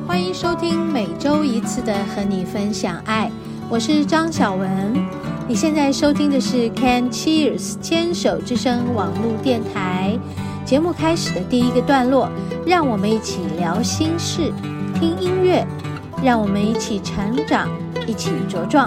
欢迎收听每周一次的和你分享爱，我是张小文。你现在收听的是 Can Cheers 牵手之声网络电台。节目开始的第一个段落，让我们一起聊心事，听音乐，让我们一起成长，一起茁壮。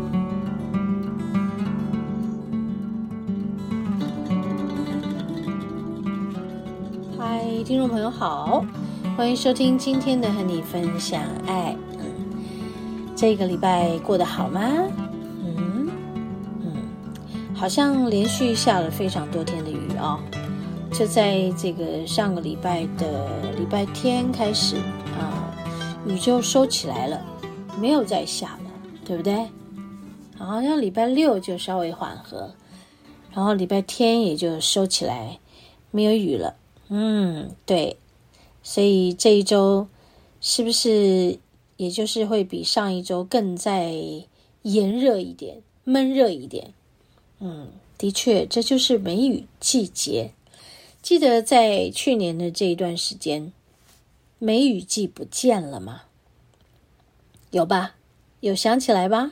嗨，听众朋友好，欢迎收听今天的和你分享爱。这个礼拜过得好吗？好像连续下了非常多天的雨哦。就在这个上个礼拜的礼拜天开始雨就收起来了，没有再下了，对不对？好像礼拜六就稍微缓和，然后礼拜天也就收起来，没有雨了。对，所以这一周是不是也就是会比上一周更再炎热一点，闷热一点？的确，这就是梅雨季节。记得在去年的这一段时间，梅雨季不见了吗？有吧？有想起来吧？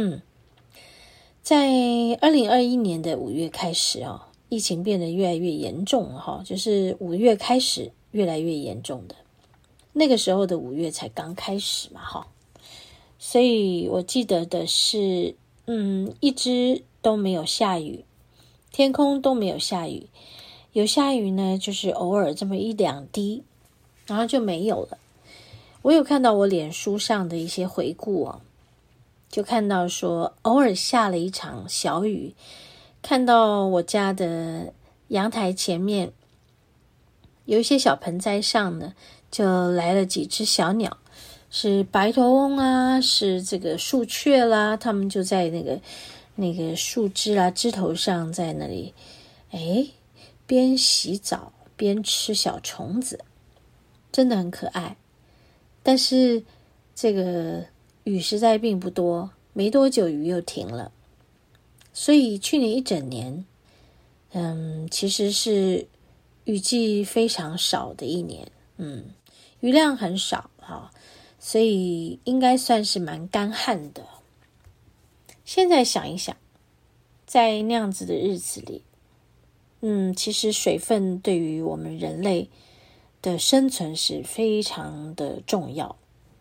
在2021年的5月开始疫情变得越来越严重就是5月开始越来越严重的。那个时候的5月才刚开始嘛所以我记得的是一直都没有下雨，天空都没有下雨，有下雨呢就是偶尔这么一两滴，然后就没有了。我有看到我脸书上的一些回顾就看到说偶尔下了一场小雨，看到我家的阳台前面有一些小盆栽上呢就来了几只小鸟，是白头翁啊，是这个树雀啦，它们就在那个树枝啦枝头上在那里边洗澡边吃小虫子，真的很可爱。但是这个雨实在并不多，没多久雨又停了，所以去年一整年其实是雨季非常少的一年，雨量很少所以应该算是蛮干旱的。现在想一想，在那样子的日子里其实水分对于我们人类的生存是非常的重要。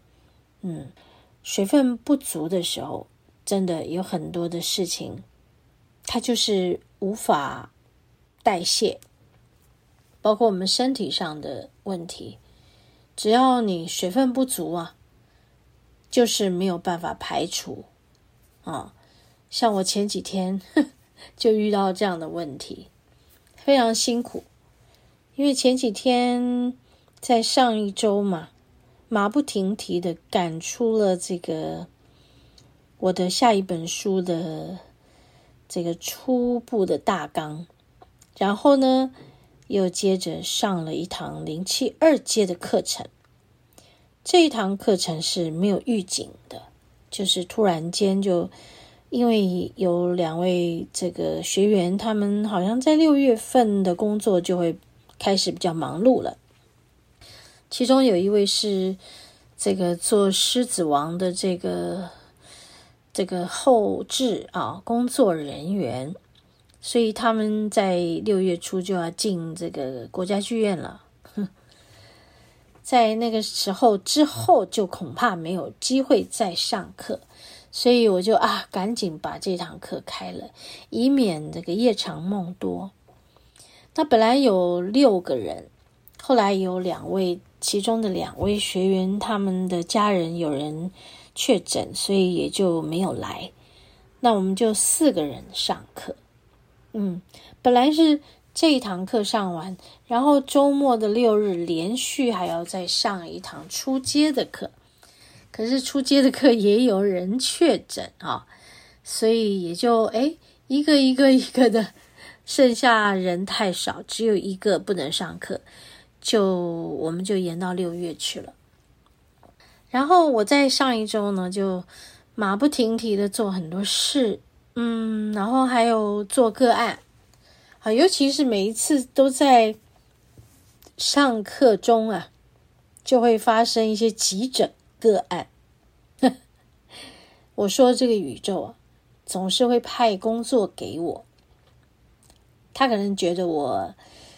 水分不足的时候，真的有很多的事情它就是无法代谢，包括我们身体上的问题，只要你水分不足就是没有办法排除像我前几天就遇到这样的问题，非常辛苦。因为前几天在上一周马不停蹄的赶出了这个我的下一本书的这个初步的大纲，然后呢又接着上了一堂灵气2阶的课程。这一堂课程是没有预警的，就是突然间就因为有2位这个学员，他们好像在6月份的工作就会开始比较忙碌了。其中有一位是这个做狮子王的这个后制工作人员，所以他们在6月初就要进这个国家剧院了。在那个时候之后就恐怕没有机会再上课，所以我就赶紧把这堂课开了，以免这个夜长梦多。那本来有6个人，后来有其中的2位学员，他们的家人有人确诊，所以也就没有来。那我们就4个人上课。本来是这一堂课上完，然后周末的6日连续还要再上一堂初阶的课。可是初阶的课也有人确诊所以也就一个的，剩下人太少，只有1个不能上课，我们就延到6月去了。然后我在上一周呢就马不停蹄的做很多事，然后还有做个案尤其是每一次都在上课中就会发生一些急诊个案。我说这个宇宙啊，总是会派工作给我，他可能觉得我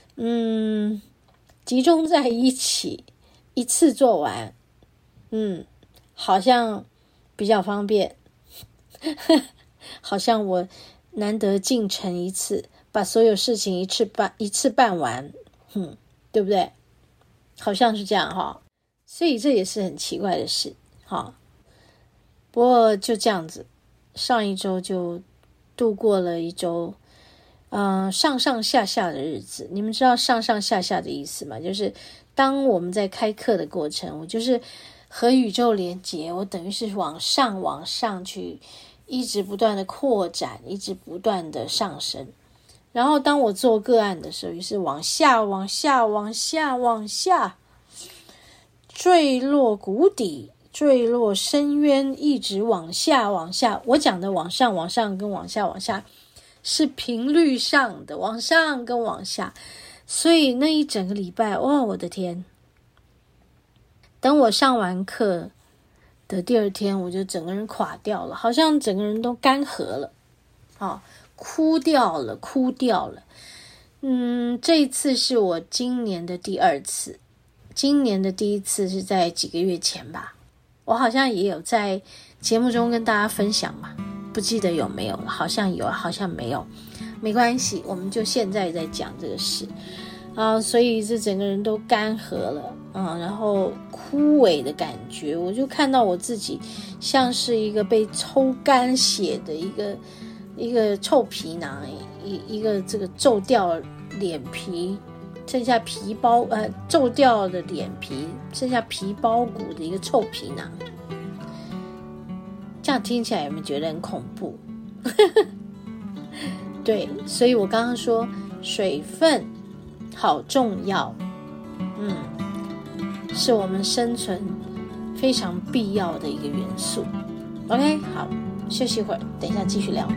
集中在一起，一次做完，好像比较方便，好像我难得进城一次，把所有事情一次办完，对不对？好像是这样哈，所以这也是很奇怪的事哈。不过就这样子，上一周就度过了一周，上上下下的日子。你们知道上上下下的意思吗？就是当我们在开课的过程，我就是和宇宙连接，我等于是往上去，一直不断的扩展，一直不断的上升。然后当我做个案的时候，也是往下坠落谷底，坠落深渊，一直往下。我讲的往上跟往下是频率上的，往上跟往下。所以那一整个礼拜，我的天，等我上完课的第二天，我就整个人垮掉了，好像整个人都干涸了，枯掉了。这一次是我今年的第二次，今年的第一次是在几个月前吧，我好像也有在节目中跟大家分享嘛，不记得有没有了，好像有，好像没有，没关系，我们就现在在讲这个事所以这整个人都干涸了，然后枯萎的感觉，我就看到我自己像是一个被抽干血的一个臭皮囊，一个这个皱掉脸皮，剩下皮包皱掉的脸皮，剩下皮包骨的一个臭皮囊。这样听起来有没有觉得很恐怖？对，所以我刚刚说水分好重要，是我们生存非常必要的一个元素。OK， 好，休息一会儿，等一下继续聊。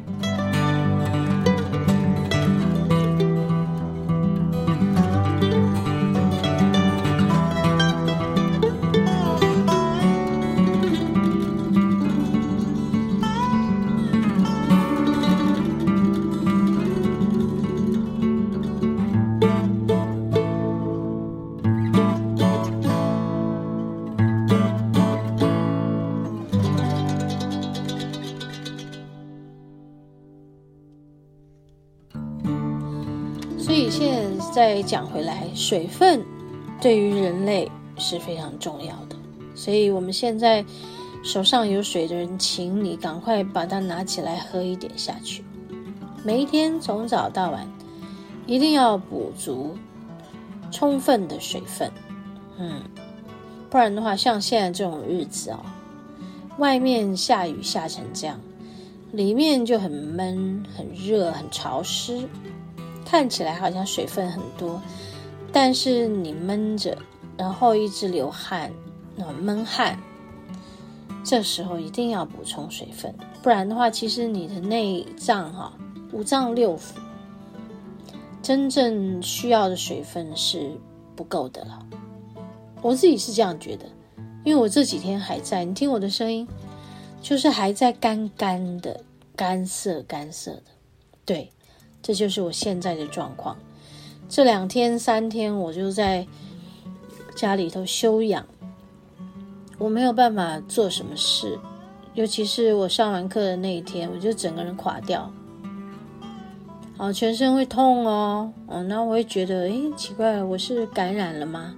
所以现在再讲回来，水分对于人类是非常重要的，所以我们现在手上有水的人，请你赶快把它拿起来喝一点下去，每一天从早到晚一定要补足充分的水分，不然的话，像现在这种日子外面下雨下成这样，里面就很闷、很热、很潮湿，看起来好像水分很多，但是你闷着，然后一直流汗，闷汗，这时候一定要补充水分，不然的话，其实你的内脏五脏六腑真正需要的水分是不够的了。我自己是这样觉得，因为我这几天还在，你听我的声音，就是还在干干的、干涩的，对。这就是我现在的状况。这2天3天我就在家里头休养，我没有办法做什么事，尤其是我上完课的那一天，我就整个人垮掉，全身会痛那我会觉得奇怪了，我是感染了吗？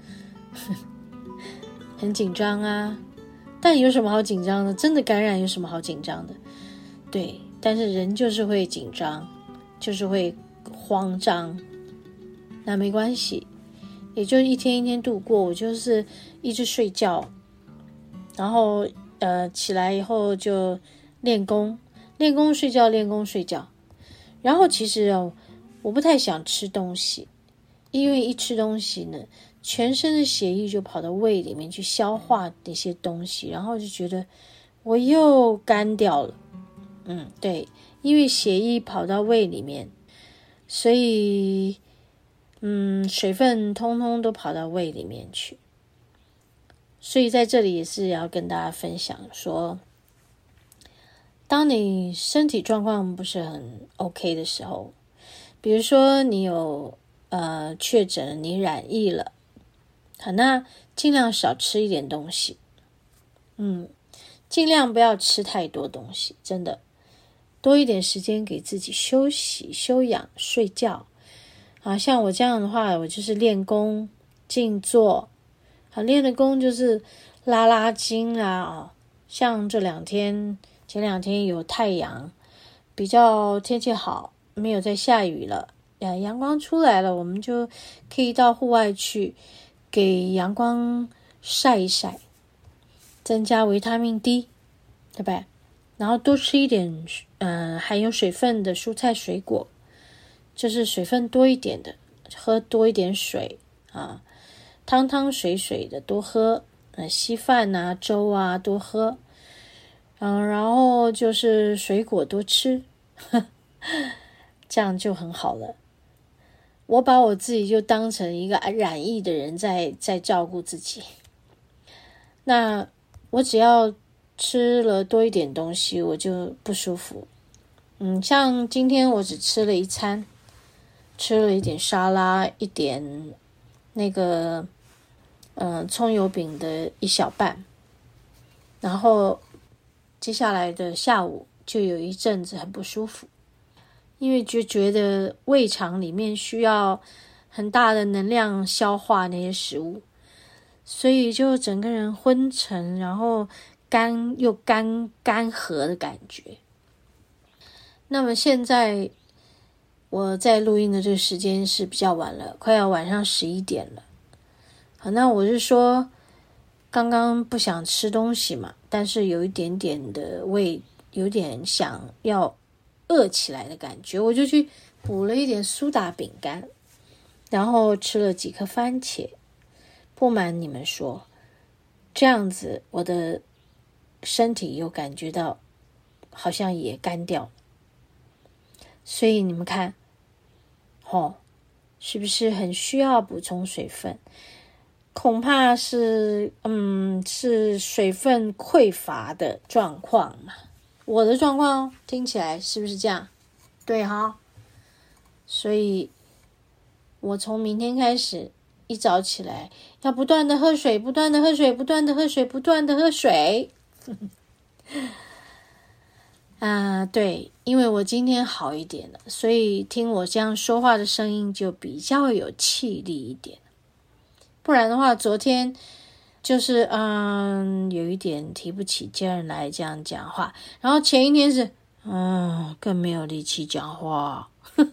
很紧张啊，但有什么好紧张的？真的感染有什么好紧张的？对，但是人就是会紧张，就是会慌张，那没关系，也就一天一天度过。我就是一直睡觉，然后起来以后就练功睡觉，练功睡觉。然后其实我不太想吃东西，因为一吃东西呢，全身的血液就跑到胃里面去消化那些东西，然后就觉得我又干掉了。对，因为血液跑到胃里面，所以水分通通都跑到胃里面去。 所以在这里也是要跟大家分享说，当你身体状况不是很 OK 的时候，比如说你有确诊，你染疫了，好，那尽量少吃一点东西，尽量不要吃太多东西，真的多一点时间给自己休息、休养、睡觉。像我这样的话，我就是练功、静坐。练的功就是拉筋啊。像前两天有太阳，比较天气好，没有再下雨了，阳光出来了，我们就可以到户外去给阳光晒一晒，增加维他命 D， 对吧？然后多吃一点含有水分的蔬菜水果，就是水分多一点的，喝多一点水啊，汤水的多喝，稀饭啊粥啊多喝，然后就是水果多吃，这样就很好了。我把我自己就当成一个染疫的人在照顾自己，那我只要吃了多一点东西我就不舒服。像今天我只吃了一餐，吃了一点沙拉，一点那个葱油饼的一小半，然后接下来的下午就有一阵子很不舒服，因为就觉得胃肠里面需要很大的能量消化那些食物，所以就整个人昏沉，然后干涸的感觉。那么现在我在录音的这个时间是比较晚了，快要晚上11点了。好，那我是说刚刚不想吃东西嘛，但是有一点点的胃有点想要饿起来的感觉，我就去补了一点苏打饼干，然后吃了几颗番茄。不瞒你们说，这样子我的身体又感觉到好像也干掉了。所以你们看是不是很需要补充水分？恐怕是水分匮乏的状况嘛。我的状况听起来是不是这样？对哈。所以我从明天开始一早起来要不断的喝水，不断的喝水，不断的喝水，不断的喝水。对，因为我今天好一点了，所以听我这样说话的声音就比较有气力一点。不然的话，昨天就是有一点提不起劲来这样讲话，然后前一天是更没有力气讲话。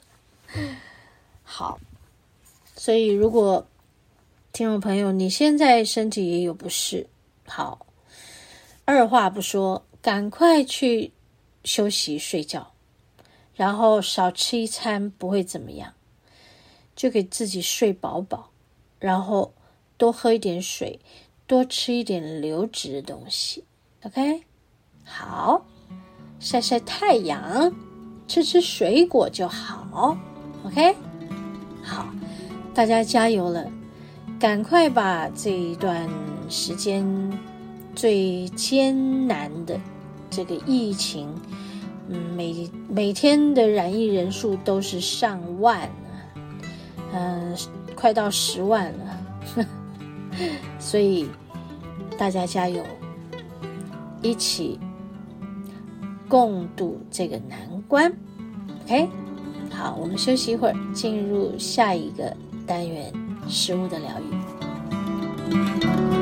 好，所以如果听众朋友你现在身体也有不适，好，二话不说赶快去休息睡觉，然后少吃一餐不会怎么样，就给自己睡饱饱，然后多喝一点水，多吃一点流质的东西。 OK， 好，晒晒太阳，吃水果就好。 OK， 好，大家加油了，赶快把这一段时间最艰难的这个疫情，每天的染疫人数都是上万快到10万了。所以大家加油，一起共度这个难关。 OK， 好，我们休息一会儿，进入下一个单元，食物的疗愈。